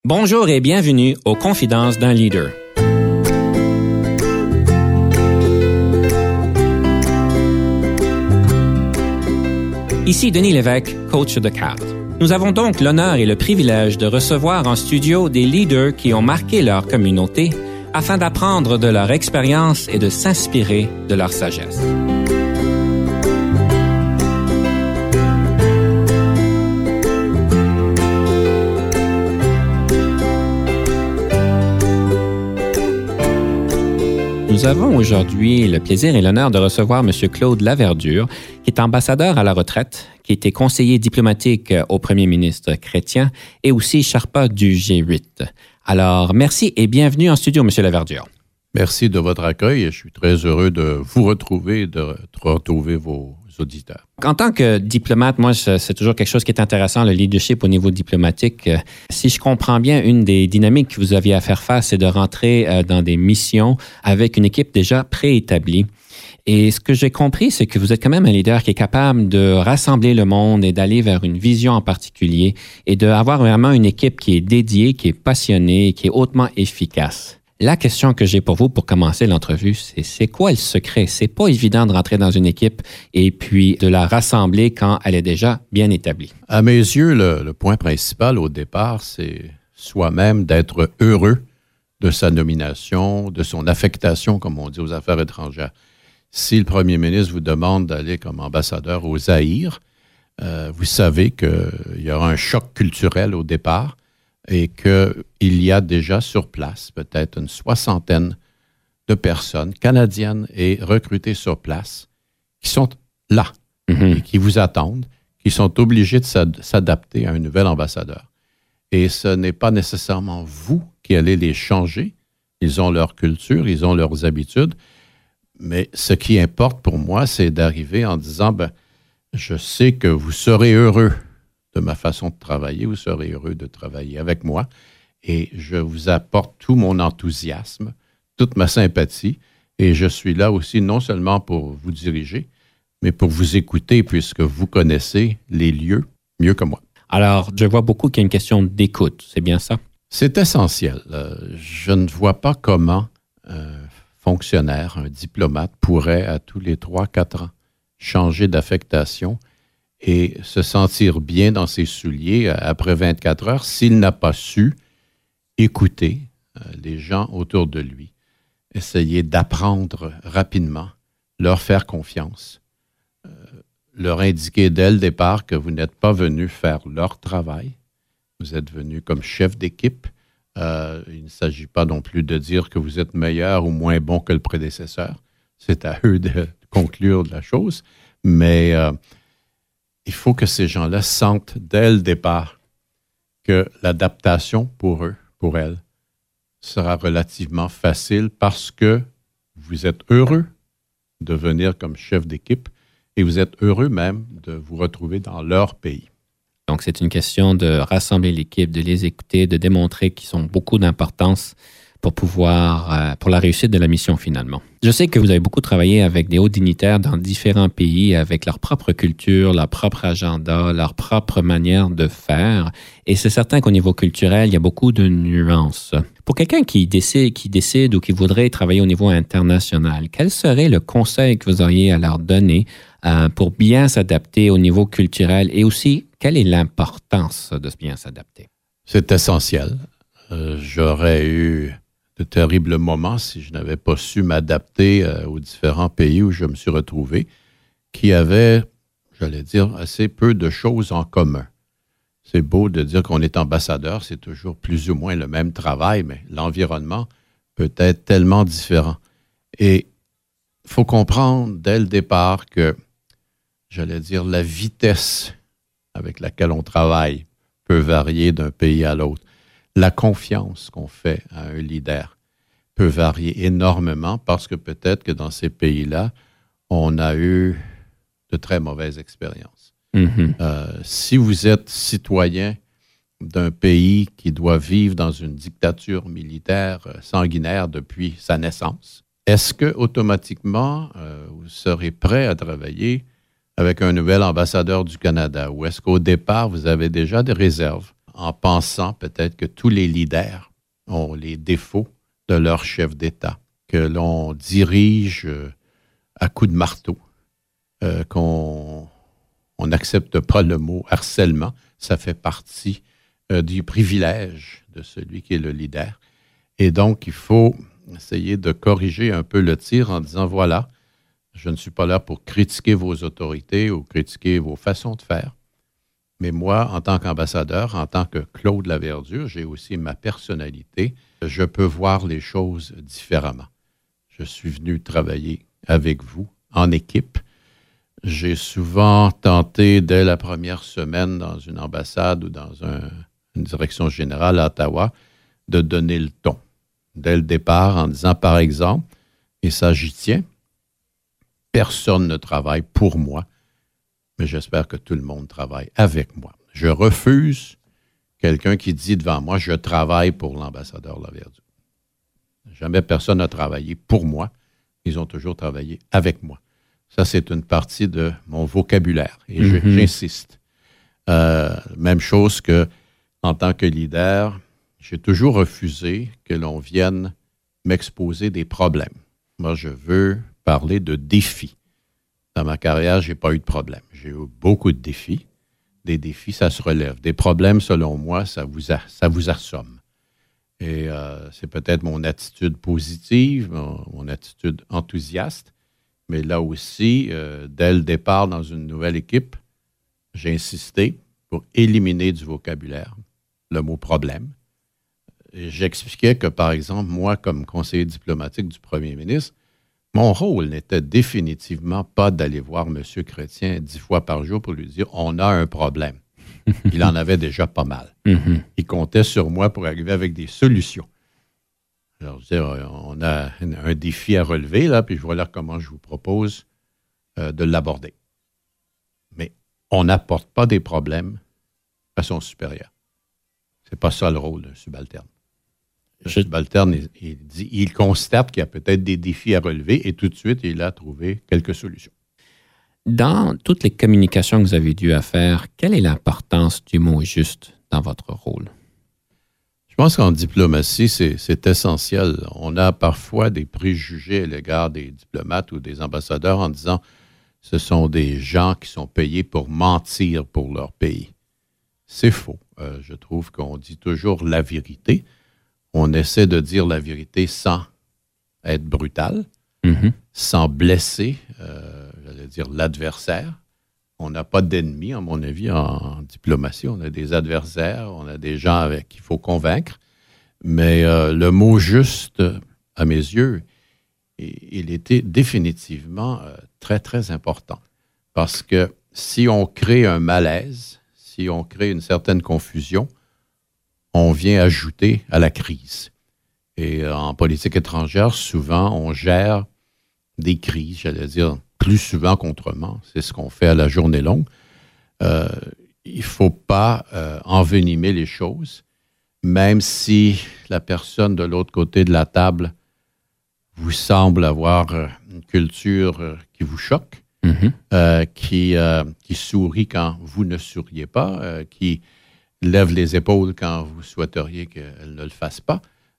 Bonjour et bienvenue aux Confidences d'un leader. Ici Denis Lévesque, coach de cadre. Nous avons donc l'honneur et le privilège de recevoir en studio des leaders qui ont marqué leur communauté afin d'apprendre de leur expérience et de s'inspirer de leur sagesse. Nous avons aujourd'hui le plaisir et l'honneur de recevoir M. Claude Laverdure, qui est ambassadeur à la retraite, qui était conseiller diplomatique au premier ministre Chrétien et aussi Sherpa du G8. Alors, merci et bienvenue en studio, M. Laverdure. Merci de votre accueil et je suis très heureux de vous retrouver et de retrouver vos auditeurs. En tant que diplomate, moi, c'est toujours quelque chose qui est intéressant, le leadership au niveau diplomatique. Si je comprends bien, une des dynamiques que vous aviez à faire face, c'est de rentrer dans des missions avec une équipe déjà préétablie. Et ce que j'ai compris, c'est que vous êtes quand même un leader qui est capable de rassembler le monde et d'aller vers une vision en particulier et d'avoir vraiment une équipe qui est dédiée, qui est passionnée, qui est hautement efficace. La question que j'ai pour vous pour commencer l'entrevue, c'est quoi le secret? C'est pas évident de rentrer dans une équipe et puis de la rassembler quand elle est déjà bien établie. À mes yeux, le point principal au départ, c'est soi-même d'être heureux de sa nomination, de son affectation, comme on dit, aux affaires étrangères. Si le premier ministre vous demande d'aller comme ambassadeur au Zaïre, vous savez qu'il y aura un choc culturel au départ et qu'il y a déjà sur place peut-être une 60aine de personnes canadiennes et recrutées sur place qui sont là et qui vous attendent, qui sont obligés de s'adapter à un nouvel ambassadeur. Et ce n'est pas nécessairement vous qui allez les changer. Ils ont leur culture, ils ont leurs habitudes. Mais ce qui importe pour moi, c'est d'arriver en disant, je sais que vous serez heureux de ma façon de travailler, vous serez heureux de travailler avec moi et je vous apporte tout mon enthousiasme, toute ma sympathie et je suis là aussi non seulement pour vous diriger, mais pour vous écouter puisque vous connaissez les lieux mieux que moi. Alors, je vois beaucoup qu'il y a une question d'écoute, c'est bien ça? C'est essentiel. Je ne vois pas comment un fonctionnaire, un diplomate pourrait à tous les 3-4 ans changer d'affectation et se sentir bien dans ses souliers après 24 heures s'il n'a pas su écouter les gens autour de lui, essayer d'apprendre rapidement, leur faire confiance, leur indiquer dès le départ que vous n'êtes pas venu faire leur travail, vous êtes venu comme chef d'équipe. Il ne s'agit pas non plus de dire que vous êtes meilleur ou moins bon que le prédécesseur, c'est à eux de conclure de la chose, mais il faut que ces gens-là sentent dès le départ que l'adaptation pour eux, pour elles, sera relativement facile parce que vous êtes heureux de venir comme chef d'équipe et vous êtes heureux même de vous retrouver dans leur pays. Donc, c'est une question de rassembler l'équipe, de les écouter, de démontrer qu'ils ont beaucoup d'importance pour la réussite de la mission finalement. Je sais que vous avez beaucoup travaillé avec des hauts dignitaires dans différents pays avec leur propre culture, leur propre agenda, leur propre manière de faire. Et c'est certain qu'au niveau culturel, il y a beaucoup de nuances. Pour quelqu'un qui décide ou qui voudrait travailler au niveau international, quel serait le conseil que vous auriez à leur donner pour bien s'adapter au niveau culturel et aussi, quelle est l'importance de bien s'adapter? C'est essentiel. J'aurais eu de terribles moments si je n'avais pas su m'adapter aux différents pays où je me suis retrouvé, qui avaient, j'allais dire, assez peu de choses en commun. C'est beau de dire qu'on est ambassadeur, c'est toujours plus ou moins le même travail, mais l'environnement peut être tellement différent. Et il faut comprendre dès le départ que, j'allais dire, la vitesse avec laquelle on travaille peut varier d'un pays à l'autre. La confiance qu'on fait à un leader peut varier énormément parce que peut-être que dans ces pays-là, on a eu de très mauvaises expériences. Si vous êtes citoyen d'un pays qui doit vivre dans une dictature militaire sanguinaire depuis sa naissance, est-ce que automatiquement vous serez prêt à travailler avec un nouvel ambassadeur du Canada ou est-ce qu'au départ, vous avez déjà des réserves en pensant peut-être que tous les leaders ont les défauts de leur chef d'État, que l'on dirige à coups de marteau, qu'on n'accepte pas le mot harcèlement. Ça fait partie du privilège de celui qui est le leader. Et donc, il faut essayer de corriger un peu le tir en disant, voilà, je ne suis pas là pour critiquer vos autorités ou critiquer vos façons de faire. Mais moi, en tant qu'ambassadeur, en tant que Claude Laverdure, j'ai aussi ma personnalité. Je peux voir les choses différemment. Je suis venu travailler avec vous, en équipe. J'ai souvent tenté, dès la première semaine, dans une ambassade ou dans une direction générale à Ottawa, de donner le ton. Dès le départ, en disant, par exemple, et ça j'y tiens, personne ne travaille pour moi, mais j'espère que tout le monde travaille avec moi. Je refuse quelqu'un qui dit devant moi, je travaille pour l'ambassadeur Laverdure. Jamais personne n'a travaillé pour moi. Ils ont toujours travaillé avec moi. Ça, c'est une partie de mon vocabulaire et j'insiste. Même chose que en tant que leader, j'ai toujours refusé que l'on vienne m'exposer des problèmes. Moi, je veux parler de défis. Dans ma carrière, je n'ai pas eu de problème. J'ai eu beaucoup de défis. Des défis, ça se relève. Des problèmes, selon moi, ça vous assomme. Et c'est peut-être mon attitude positive, mon attitude enthousiaste, mais là aussi, dès le départ dans une nouvelle équipe, j'ai insisté pour éliminer du vocabulaire le mot « problème ». Et j'expliquais que, par exemple, moi, comme conseiller diplomatique du premier ministre, mon rôle n'était définitivement pas d'aller voir M. Chrétien 10 fois par jour pour lui dire « on a un problème ». Il en avait déjà pas mal. Il comptait sur moi pour arriver avec des solutions. Alors, je disais, on a un défi à relever, là, puis voilà comment je vous propose de l'aborder. Mais on n'apporte pas des problèmes de façon supérieure. C'est pas ça le rôle d'un subalterne. Le subalterne, il constate qu'il y a peut-être des défis à relever et tout de suite, il a trouvé quelques solutions. Dans toutes les communications que vous avez dû faire, quelle est l'importance du mot juste dans votre rôle? Je pense qu'en diplomatie, c'est essentiel. On a parfois des préjugés à l'égard des diplomates ou des ambassadeurs en disant ce sont des gens qui sont payés pour mentir pour leur pays. C'est faux. Je trouve qu'on dit toujours la vérité. On essaie de dire la vérité sans être brutal, sans blesser, j'allais dire, l'adversaire. On n'a pas d'ennemis, à mon avis, en diplomatie. On a des adversaires, on a des gens avec qui il faut convaincre. Mais le mot juste, à mes yeux, il était définitivement très, très important. Parce que si on crée un malaise, si on crée une certaine confusion, on vient ajouter à la crise. Et en politique étrangère, souvent, on gère des crises, j'allais dire, plus souvent qu'autrement. C'est ce qu'on fait à la journée longue. Il ne faut pas envenimer les choses, même si la personne de l'autre côté de la table vous semble avoir une culture qui vous choque, qui sourit quand vous ne souriez pas, qui lève les épaules quand vous souhaiteriez qu'elle ne le fasse pas.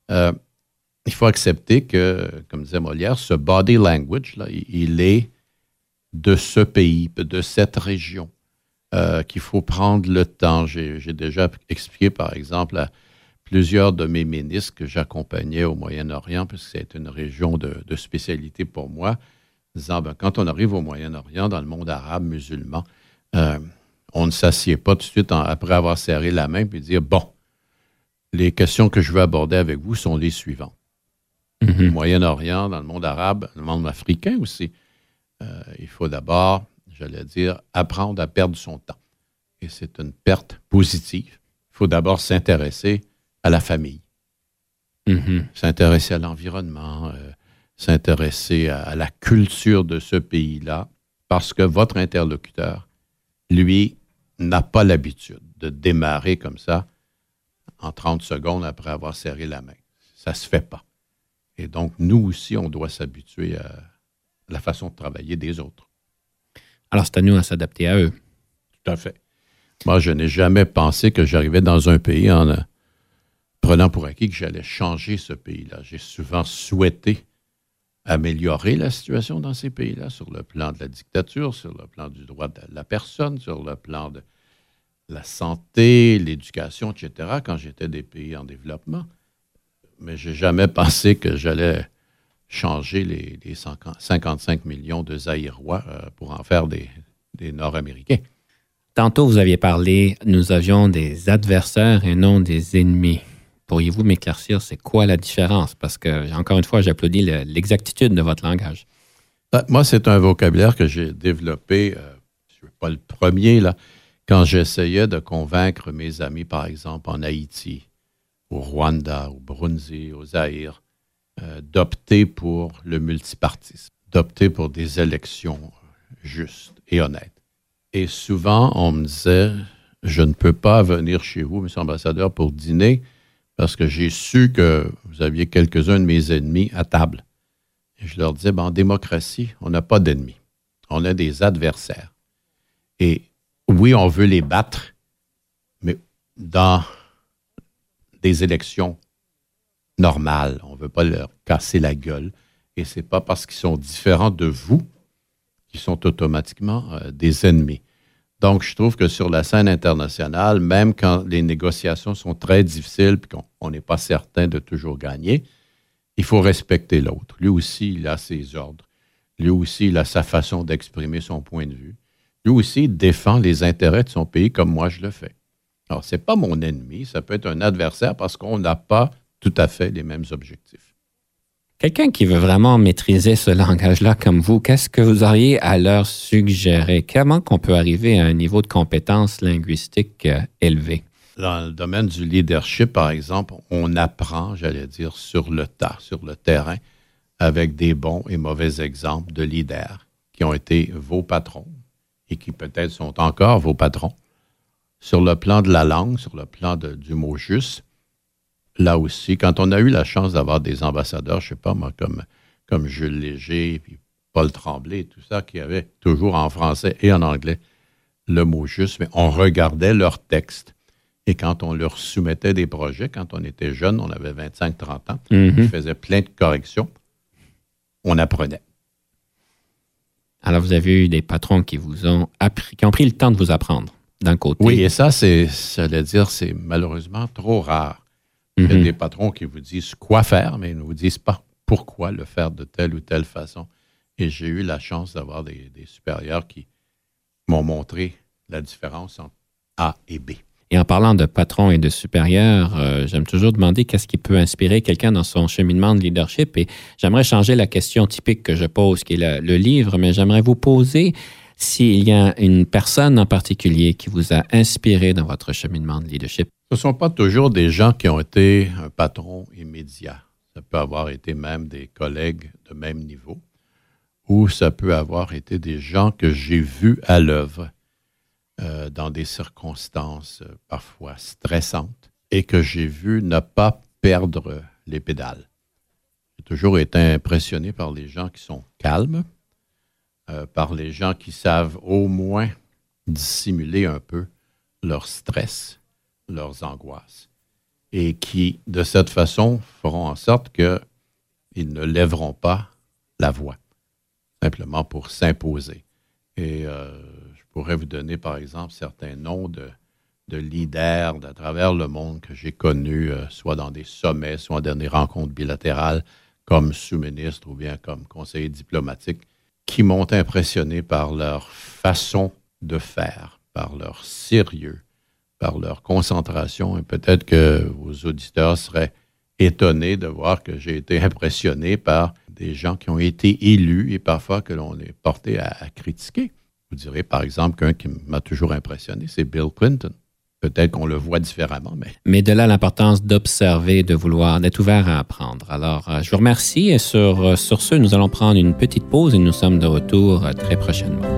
Il faut accepter que, comme disait Molière, ce body language, là, il est de ce pays, de cette région, qu'il faut prendre le temps. J'ai déjà expliqué, par exemple, à plusieurs de mes ministres que j'accompagnais au Moyen-Orient, parce que c'est une région de spécialité pour moi, disant, quand on arrive au Moyen-Orient, dans le monde arabe, musulman, on ne s'assied pas tout de suite après avoir serré la main puis dire, bon, les questions que je veux aborder avec vous sont les suivantes. Au Moyen-Orient, dans le monde arabe, le monde africain aussi, il faut d'abord, j'allais dire, apprendre à perdre son temps. Et c'est une perte positive. Il faut d'abord s'intéresser à la famille, s'intéresser à l'environnement, s'intéresser à la culture de ce pays-là, parce que votre interlocuteur, lui, n'a pas l'habitude de démarrer comme ça en 30 secondes après avoir serré la main. Ça ne se fait pas. Et donc, nous aussi, on doit s'habituer à la façon de travailler des autres. Alors, c'est à nous à s'adapter à eux. Tout à fait. Moi, je n'ai jamais pensé que j'arrivais dans un pays en prenant pour acquis que j'allais changer ce pays-là. J'ai souvent souhaité améliorer la situation dans ces pays-là sur le plan de la dictature, sur le plan du droit de la personne, sur le plan de la santé, l'éducation, etc., quand j'étais des pays en développement. Mais je n'ai jamais pensé que j'allais changer les 55 millions de Zaïrois pour en faire des Nord-Américains. Tantôt, vous aviez parlé, nous avions des adversaires et non des ennemis. Pourriez-vous m'éclaircir, c'est quoi la différence? Parce que, encore une fois, j'applaudis l'exactitude de votre langage. Moi, c'est un vocabulaire que j'ai développé, je ne suis pas le premier, là, quand j'essayais de convaincre mes amis, par exemple, en Haïti, au Rwanda, au Burundi, au Zaïre, d'opter pour le multipartisme, d'opter pour des élections justes et honnêtes. Et souvent, on me disait, je ne peux pas venir chez vous, monsieur l'ambassadeur, pour dîner, parce que j'ai su que vous aviez quelques-uns de mes ennemis à table. Et je leur disais, en démocratie, on n'a pas d'ennemis. On a des adversaires. Et oui, on veut les battre, mais dans des élections normales. On ne veut pas leur casser la gueule. Et ce n'est pas parce qu'ils sont différents de vous qu'ils sont automatiquement des ennemis. Donc, je trouve que sur la scène internationale, même quand les négociations sont très difficiles et qu'on n'est pas certain de toujours gagner, il faut respecter l'autre. Lui aussi, il a ses ordres. Lui aussi, il a sa façon d'exprimer son point de vue. Lui aussi, il défend les intérêts de son pays comme moi je le fais. Alors, ce n'est pas mon ennemi, ça peut être un adversaire parce qu'on n'a pas tout à fait les mêmes objectifs. Quelqu'un qui veut vraiment maîtriser ce langage-là comme vous, qu'est-ce que vous auriez à leur suggérer? Comment qu'on peut arriver à un niveau de compétence linguistique élevé? Dans le domaine du leadership, par exemple, on apprend, j'allais dire, sur le tas, sur le terrain, avec des bons et mauvais exemples de leaders qui ont été vos patrons et qui peut-être sont encore vos patrons. Sur le plan de la langue, sur le plan du mot juste, là aussi, quand on a eu la chance d'avoir des ambassadeurs, je ne sais pas moi, comme Jules Léger, puis Paul Tremblay, tout ça, qui avaient toujours en français et en anglais le mot juste, mais on regardait leurs textes. Et quand on leur soumettait des projets, quand on était jeune, on avait 25-30 ans, ils faisaient plein de corrections, on apprenait. Alors, vous avez eu des patrons qui vous ont appris, qui ont pris le temps de vous apprendre, d'un côté. Oui, et ça, c'est malheureusement trop rare. Il y a des patrons qui vous disent quoi faire, mais ils ne vous disent pas pourquoi le faire de telle ou telle façon. Et j'ai eu la chance d'avoir des supérieurs qui m'ont montré la différence entre A et B. Et en parlant de patrons et de supérieurs, j'aime toujours demander qu'est-ce qui peut inspirer quelqu'un dans son cheminement de leadership. Et j'aimerais changer la question typique que je pose, qui est le livre, mais j'aimerais vous poser s'il y a une personne en particulier qui vous a inspiré dans votre cheminement de leadership. Ce ne sont pas toujours des gens qui ont été un patron immédiat. Ça peut avoir été même des collègues de même niveau, ou ça peut avoir été des gens que j'ai vus à l'œuvre dans des circonstances parfois stressantes et que j'ai vu ne pas perdre les pédales. J'ai toujours été impressionné par les gens qui sont calmes, par les gens qui savent au moins dissimuler un peu leur stress, leurs angoisses, et qui, de cette façon, feront en sorte qu'ils ne lèveront pas la voix, simplement pour s'imposer. Et je pourrais vous donner, par exemple, certains noms de leaders à travers le monde que j'ai connus, soit dans des sommets, soit dans des rencontres bilatérales, comme sous-ministre ou bien comme conseiller diplomatique, qui m'ont impressionné par leur façon de faire, par leur sérieux, par leur concentration. Et peut-être que vos auditeurs seraient étonnés de voir que j'ai été impressionné par des gens qui ont été élus et parfois que l'on est porté à critiquer. Vous direz, par exemple, qu'un qui m'a toujours impressionné, c'est Bill Clinton. Peut-être qu'on le voit différemment, mais... Mais de là, l'importance d'observer, de vouloir, d'être ouvert à apprendre. Alors, je vous remercie et sur ce, nous allons prendre une petite pause et nous sommes de retour très prochainement.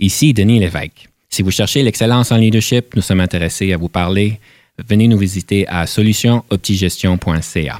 Ici Denis Lévesque. Si vous cherchez l'excellence en leadership, nous sommes intéressés à vous parler. Venez nous visiter à solutionoptigestion.ca.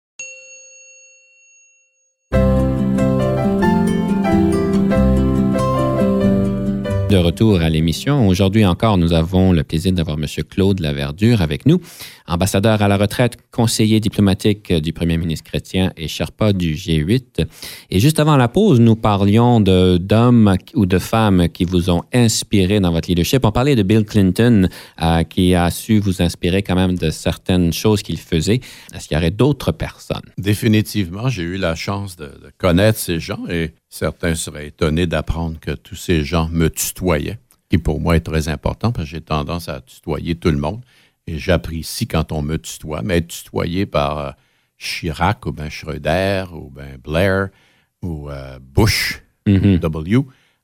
De retour à l'émission. Aujourd'hui encore, nous avons le plaisir d'avoir M. Claude Laverdure avec nous, ambassadeur à la retraite, conseiller diplomatique du premier ministre Chrétien et Sherpa du G8. Et juste avant la pause, nous parlions d'hommes ou de femmes qui vous ont inspiré dans votre leadership. On parlait de Bill Clinton qui a su vous inspirer quand même de certaines choses qu'il faisait. Est-ce qu'il y aurait d'autres personnes? Définitivement, j'ai eu la chance de connaître ces gens et certains seraient étonnés d'apprendre que tous ces gens me tutoyaient, qui pour moi est très important parce que j'ai tendance à tutoyer tout le monde. Et j'apprécie quand on me tutoie, mais être tutoyé par Chirac ou bien Schröder ou bien Blair ou Bush, W,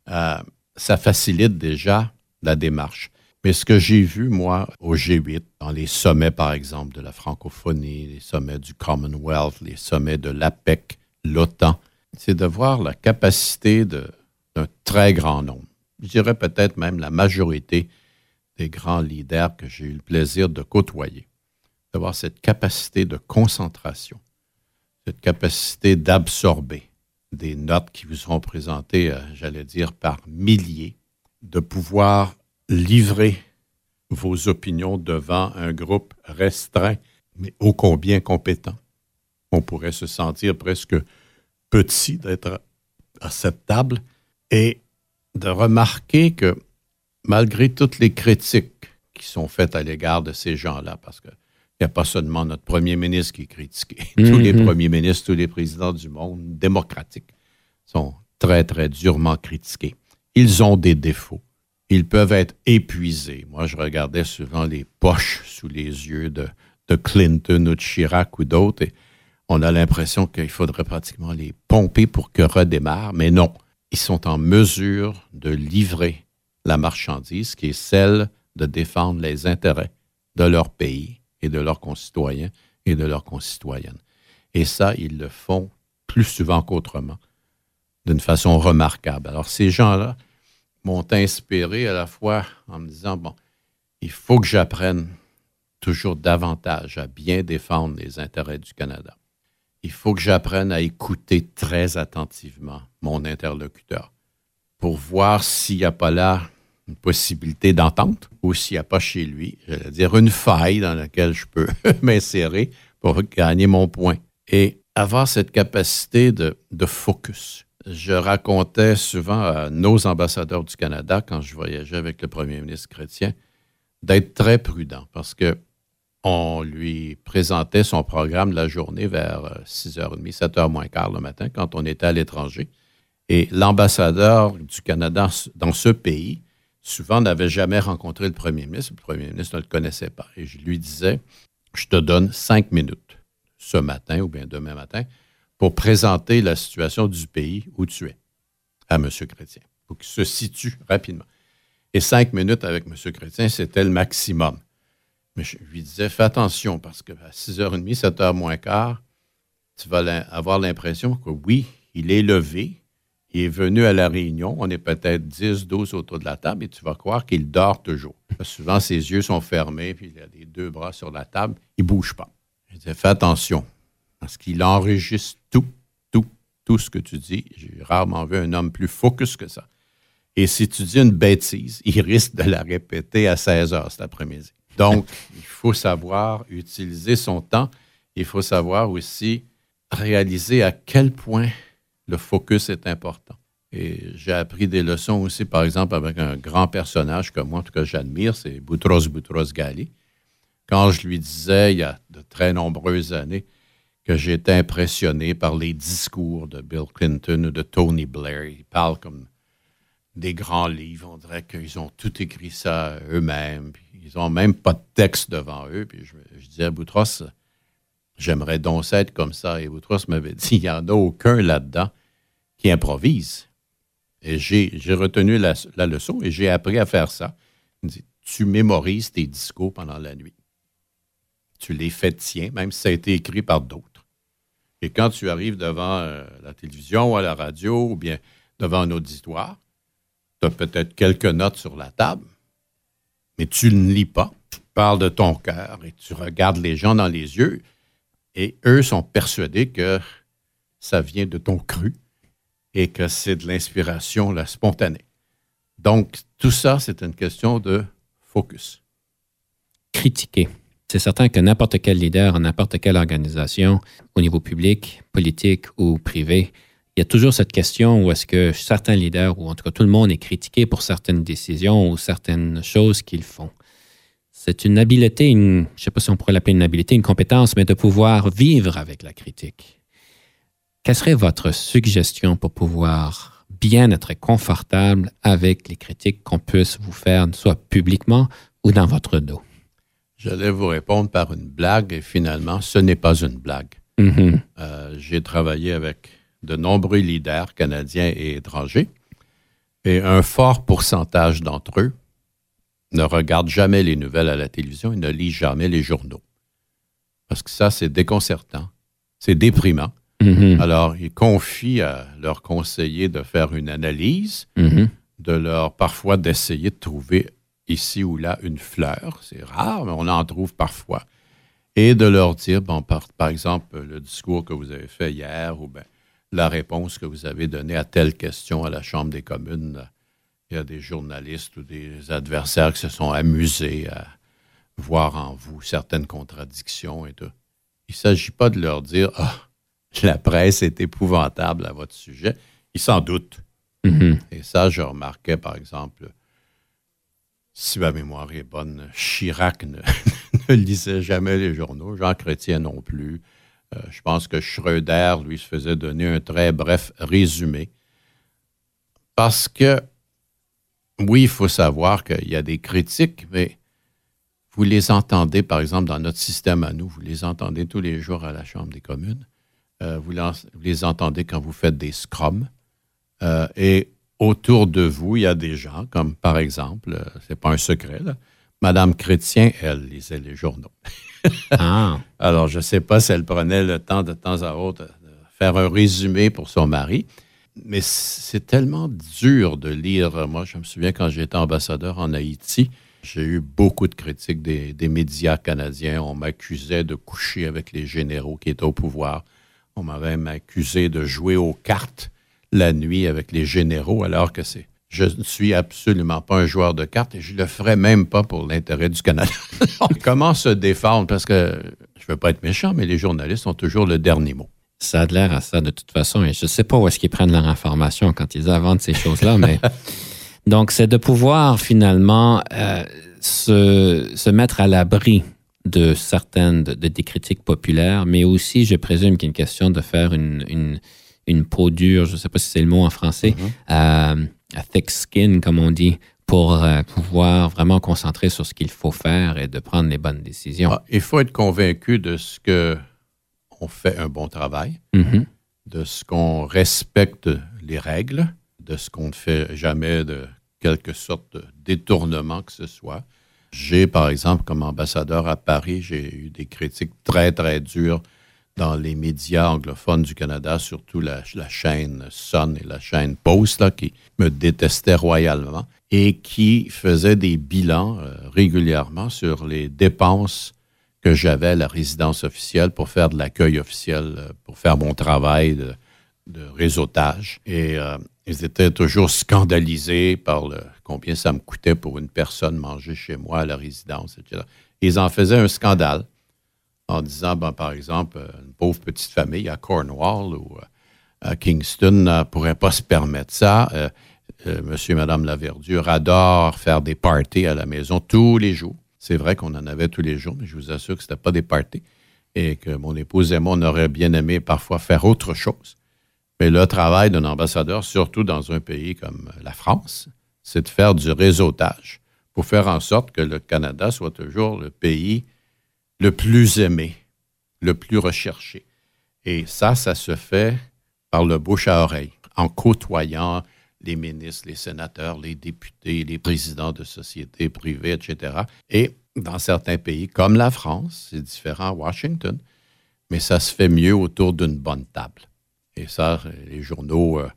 ça facilite déjà la démarche. Mais ce que j'ai vu, moi, au G8, dans les sommets, par exemple, de la francophonie, les sommets du Commonwealth, les sommets de l'APEC, l'OTAN, c'est de voir la capacité d'un très grand nombre. Je dirais peut-être même la majorité des grands leaders que j'ai eu le plaisir de côtoyer. D'avoir cette capacité de concentration, cette capacité d'absorber des notes qui vous seront présentées, j'allais dire, par milliers, de pouvoir livrer vos opinions devant un groupe restreint, mais ô combien compétent. On pourrait se sentir presque petit d'être à cette table et de remarquer que malgré toutes les critiques qui sont faites à l'égard de ces gens-là, parce qu'il n'y a pas seulement notre premier ministre qui est critiqué, tous les premiers ministres, tous les présidents du monde démocratiques sont très, très durement critiqués. Ils ont des défauts. Ils peuvent être épuisés. Moi, je regardais souvent les poches sous les yeux de Clinton ou de Chirac ou d'autres et on a l'impression qu'il faudrait pratiquement les pomper pour que redémarrent, mais non. Ils sont en mesure de livrer la marchandise qui est celle de défendre les intérêts de leur pays et de leurs concitoyens et de leurs concitoyennes. Et ça, ils le font plus souvent qu'autrement, d'une façon remarquable. Alors, ces gens-là m'ont inspiré à la fois en me disant, bon, il faut que j'apprenne toujours davantage à bien défendre les intérêts du Canada. Il faut que j'apprenne à écouter très attentivement mon interlocuteur pour voir s'il n'y a pas là une possibilité d'entente ou s'il n'y a pas chez lui, j'allais dire, une faille dans laquelle je peux m'insérer pour gagner mon point. Et avoir cette capacité de focus. Je racontais souvent à nos ambassadeurs du Canada, quand je voyageais avec le premier ministre Chrétien, d'être très prudent parce que on lui présentait son programme de la journée vers 6h30, 7h moins quart le matin, quand on était à l'étranger. Et l'ambassadeur du Canada dans ce pays, souvent, n'avait jamais rencontré le premier ministre. Le premier ministre ne le connaissait pas. Et je lui disais, je te donne 5 minutes ce matin ou bien demain matin pour présenter la situation du pays où tu es à M. Chrétien. Il faut qu'il se situe rapidement. Et 5 minutes avec M. Chrétien, c'était le maximum. Mais je lui disais, fais attention, parce qu'à 6h30, 7h moins quart, tu vas avoir l'impression que oui, il est levé, il est venu à la réunion, on est peut-être 10, 12 autour de la table, et tu vas croire qu'il dort toujours. Souvent, ses yeux sont fermés, puis il a les 2 bras sur la table, il ne bouge pas. Je disais, fais attention, parce qu'il enregistre tout ce que tu dis. J'ai rarement vu un homme plus focus que ça. Et si tu dis une bêtise, il risque de la répéter à 16h cet après-midi. Donc, il faut savoir utiliser son temps. Il faut savoir aussi réaliser à quel point le focus est important. Et j'ai appris des leçons aussi, par exemple, avec un grand personnage que moi, en tout cas, j'admire, c'est Boutros Ghali. Quand je lui disais, il y a de très nombreuses années, que j'étais impressionné par les discours de Bill Clinton ou de Tony Blair. Ils parlent comme des grands livres. On dirait qu'ils ont tout écrit ça eux-mêmes. Puis ils n'ont même pas de texte devant eux. Puis je disais à Boutros, j'aimerais donc être comme ça. Et Boutros m'avait dit, il n'y en a aucun là-dedans qui improvise. Et j'ai retenu la leçon et j'ai appris à faire ça. Il me dit, tu mémorises tes discours pendant la nuit. Tu les fais tiens, même si ça a été écrit par d'autres. Et quand tu arrives devant la télévision ou à la radio ou bien devant un auditoire, Tu as peut-être quelques notes sur la table, mais tu ne lis pas. Tu parles de ton cœur et tu regardes les gens dans les yeux et eux sont persuadés que ça vient de ton cru et que c'est de l'inspiration la spontanée. Donc, tout ça, c'est une question de focus. Critiquer. C'est certain que n'importe quel leader, n'importe quelle organisation, au niveau public, politique ou privé, il y a toujours cette question où est-ce que certains leaders, ou en tout cas tout le monde, est critiqué pour certaines décisions ou certaines choses qu'ils font. C'est une habileté, je ne sais pas si on pourrait l'appeler une habileté, une compétence, mais de pouvoir vivre avec la critique. Quelle serait votre suggestion pour pouvoir bien être confortable avec les critiques qu'on puisse vous faire, soit publiquement ou dans votre dos? J'allais vous répondre par une blague et finalement, ce n'est pas une blague. Mm-hmm. J'ai travaillé avec de nombreux leaders canadiens et étrangers et un fort pourcentage d'entre eux ne regardent jamais les nouvelles à la télévision et ne lisent jamais les journaux. Parce que ça, c'est déconcertant, c'est déprimant. Mm-hmm. Alors, ils confient à leurs conseillers de faire une analyse, Mm-hmm. de leur parfois d'essayer de trouver ici ou là une fleur. C'est rare, mais on en trouve parfois. Et de leur dire, bon, par exemple, le discours que vous avez fait hier ou bien la réponse que vous avez donnée à telle question à la Chambre des communes. Il y a des journalistes ou des adversaires qui se sont amusés à voir en vous certaines contradictions et tout. Il ne s'agit pas de leur dire « Ah, la presse est épouvantable à votre sujet ». Ils s'en doutent. Mm-hmm. Et ça, je remarquais, par exemple, si ma mémoire est bonne, Chirac ne lisait jamais les journaux, Jean Chrétien non plus. Je pense que Schröder, lui, se faisait donner un très bref résumé. Parce que, oui, il faut savoir qu'il y a des critiques, mais vous les entendez, par exemple, dans notre système à nous, vous les entendez tous les jours à la Chambre des communes. Vous les entendez quand vous faites des scrums. Et autour de vous, il y a des gens, comme par exemple, c'est pas un secret, là, Madame Chrétien, elle lisait les journaux. Ah. Alors, je ne sais pas si elle prenait le temps de temps à autre de faire un résumé pour son mari, mais c'est tellement dur de lire. Moi, je me souviens quand j'étais ambassadeur en Haïti, j'ai eu beaucoup de critiques des médias canadiens. On m'accusait de coucher avec les généraux qui étaient au pouvoir. On m'avait même accusé de jouer aux cartes la nuit avec les généraux, alors que je ne suis absolument pas un joueur de cartes et je ne le ferais même pas pour l'intérêt du Canada. Comment se défendre? Parce que je ne veux pas être méchant, mais les journalistes ont toujours le dernier mot. Ça a l'air à ça de toute façon. Et je ne sais pas où est-ce qu'ils prennent leur information quand ils inventent ces choses-là, mais donc c'est de pouvoir finalement se mettre à l'abri de certaines des critiques populaires, mais aussi, je présume qu'il y a une question de faire une peau dure, je ne sais pas si c'est le mot en français, a thick skin, comme on dit, pour pouvoir vraiment concentrer sur ce qu'il faut faire et de prendre les bonnes décisions. Il faut être convaincu de ce qu'on fait un bon travail, Mm-hmm. de ce qu'on respecte les règles, de ce qu'on ne fait jamais de quelque sorte de détournement que ce soit. J'ai, par exemple, comme ambassadeur à Paris, j'ai eu des critiques très, très dures dans les médias anglophones du Canada, surtout la chaîne Sun et la chaîne Post, là, qui me détestaient royalement et qui faisaient des bilans régulièrement sur les dépenses que j'avais à la résidence officielle pour faire de l'accueil officiel, pour faire mon travail de réseautage. Et ils étaient toujours scandalisés par combien ça me coûtait pour une personne manger chez moi à la résidence, etc. Ils en faisaient un scandale en disant, par exemple, une pauvre petite famille à Cornwall ou à Kingston ne pourrait pas se permettre ça. Monsieur et Madame Laverdure adorent faire des parties à la maison tous les jours. C'est vrai qu'on en avait tous les jours, mais je vous assure que ce n'était pas des parties et que mon épouse et moi, on aurait bien aimé parfois faire autre chose. Mais le travail d'un ambassadeur, surtout dans un pays comme la France, c'est de faire du réseautage pour faire en sorte que le Canada soit toujours le pays le plus aimé, le plus recherché. Et ça se fait par le bouche à oreille, en côtoyant les ministres, les sénateurs, les députés, les présidents de sociétés privées, etc. Et dans certains pays, comme la France, c'est différent à Washington, mais ça se fait mieux autour d'une bonne table. Et ça, les journaux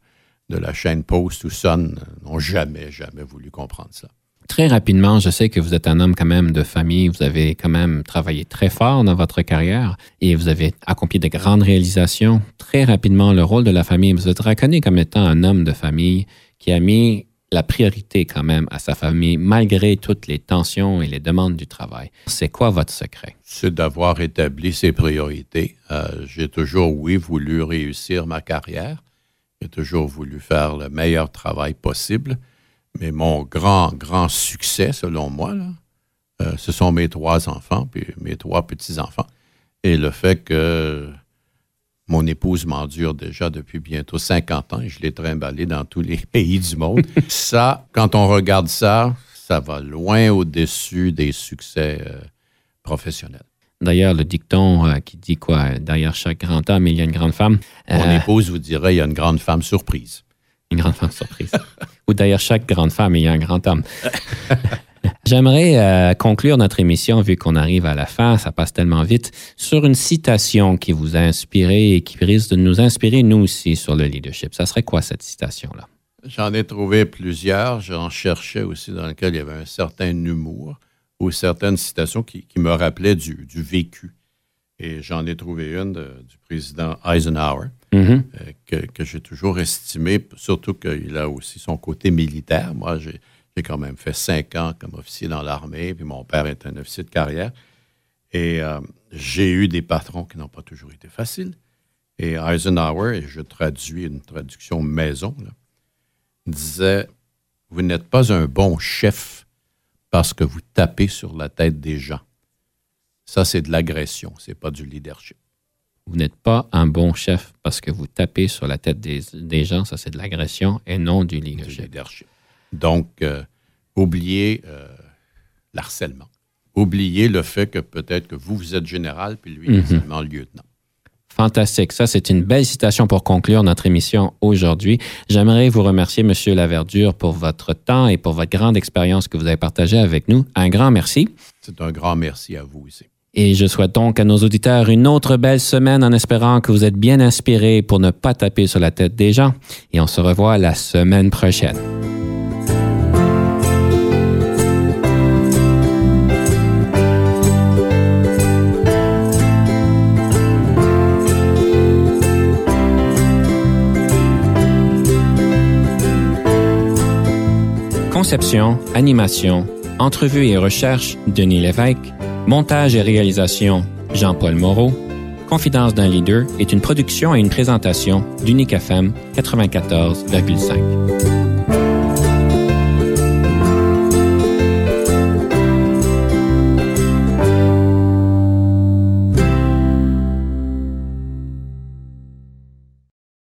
de la chaîne Post ou Sun n'ont jamais voulu comprendre ça. Très rapidement, je sais que vous êtes un homme quand même de famille. Vous avez quand même travaillé très fort dans votre carrière et vous avez accompli de grandes réalisations. Très rapidement, le rôle de la famille, vous êtes reconnu comme étant un homme de famille qui a mis la priorité quand même à sa famille malgré toutes les tensions et les demandes du travail. C'est quoi votre secret? C'est d'avoir établi ses priorités. J'ai toujours, voulu réussir ma carrière. J'ai toujours voulu faire le meilleur travail possible. Mais mon grand succès, selon moi, là, ce sont mes 3 enfants puis mes 3 petits-enfants. Et le fait que mon épouse m'endure déjà depuis bientôt 50 ans et je l'ai trimballée dans tous les pays du monde. Ça, quand on regarde ça, ça va loin au-dessus des succès professionnels. D'ailleurs, le dicton qui dit quoi? Derrière chaque grand homme, il y a une grande femme. Mon épouse vous dirait, il y a une grande femme surprise. Une grande femme surprise. Ou derrière chaque grande femme, il y a un grand homme. J'aimerais conclure notre émission, vu qu'on arrive à la fin, ça passe tellement vite, sur une citation qui vous a inspiré et qui risque de nous inspirer, nous aussi, sur le leadership. Ça serait quoi, cette citation-là? J'en ai trouvé plusieurs. J'en cherchais aussi dans lesquelles il y avait un certain humour ou certaines citations qui me rappelaient du vécu. Et j'en ai trouvé une du président Eisenhower, que j'ai toujours estimé, surtout qu'il a aussi son côté militaire. Moi, j'ai quand même fait 5 ans comme officier dans l'armée, puis mon père est un officier de carrière. Et j'ai eu des patrons qui n'ont pas toujours été faciles. Et Eisenhower, et je traduis une traduction maison, là, disait « Vous n'êtes pas un bon chef parce que vous tapez sur la tête des gens. » Ça, c'est de l'agression, c'est pas du leadership. Vous n'êtes pas un bon chef parce que vous tapez sur la tête des gens, ça c'est de l'agression et non du leadership. Donc, oubliez l'harcèlement. Oubliez le fait que peut-être que vous êtes général, puis lui, il est seulement lieutenant. Fantastique. Ça, c'est une belle citation pour conclure notre émission aujourd'hui. J'aimerais vous remercier, M. Laverdure, pour votre temps et pour votre grande expérience que vous avez partagée avec nous. Un grand merci. C'est un grand merci à vous aussi. Et je souhaite donc à nos auditeurs une autre belle semaine en espérant que vous êtes bien inspirés pour ne pas taper sur la tête des gens. Et on se revoit la semaine prochaine. Conception, animation, entrevue et recherche, Denis Lévesque. Montage et réalisation, Jean-Paul Moreau. Confidence d'un leader est une production et une présentation d'Unique FM 94,5.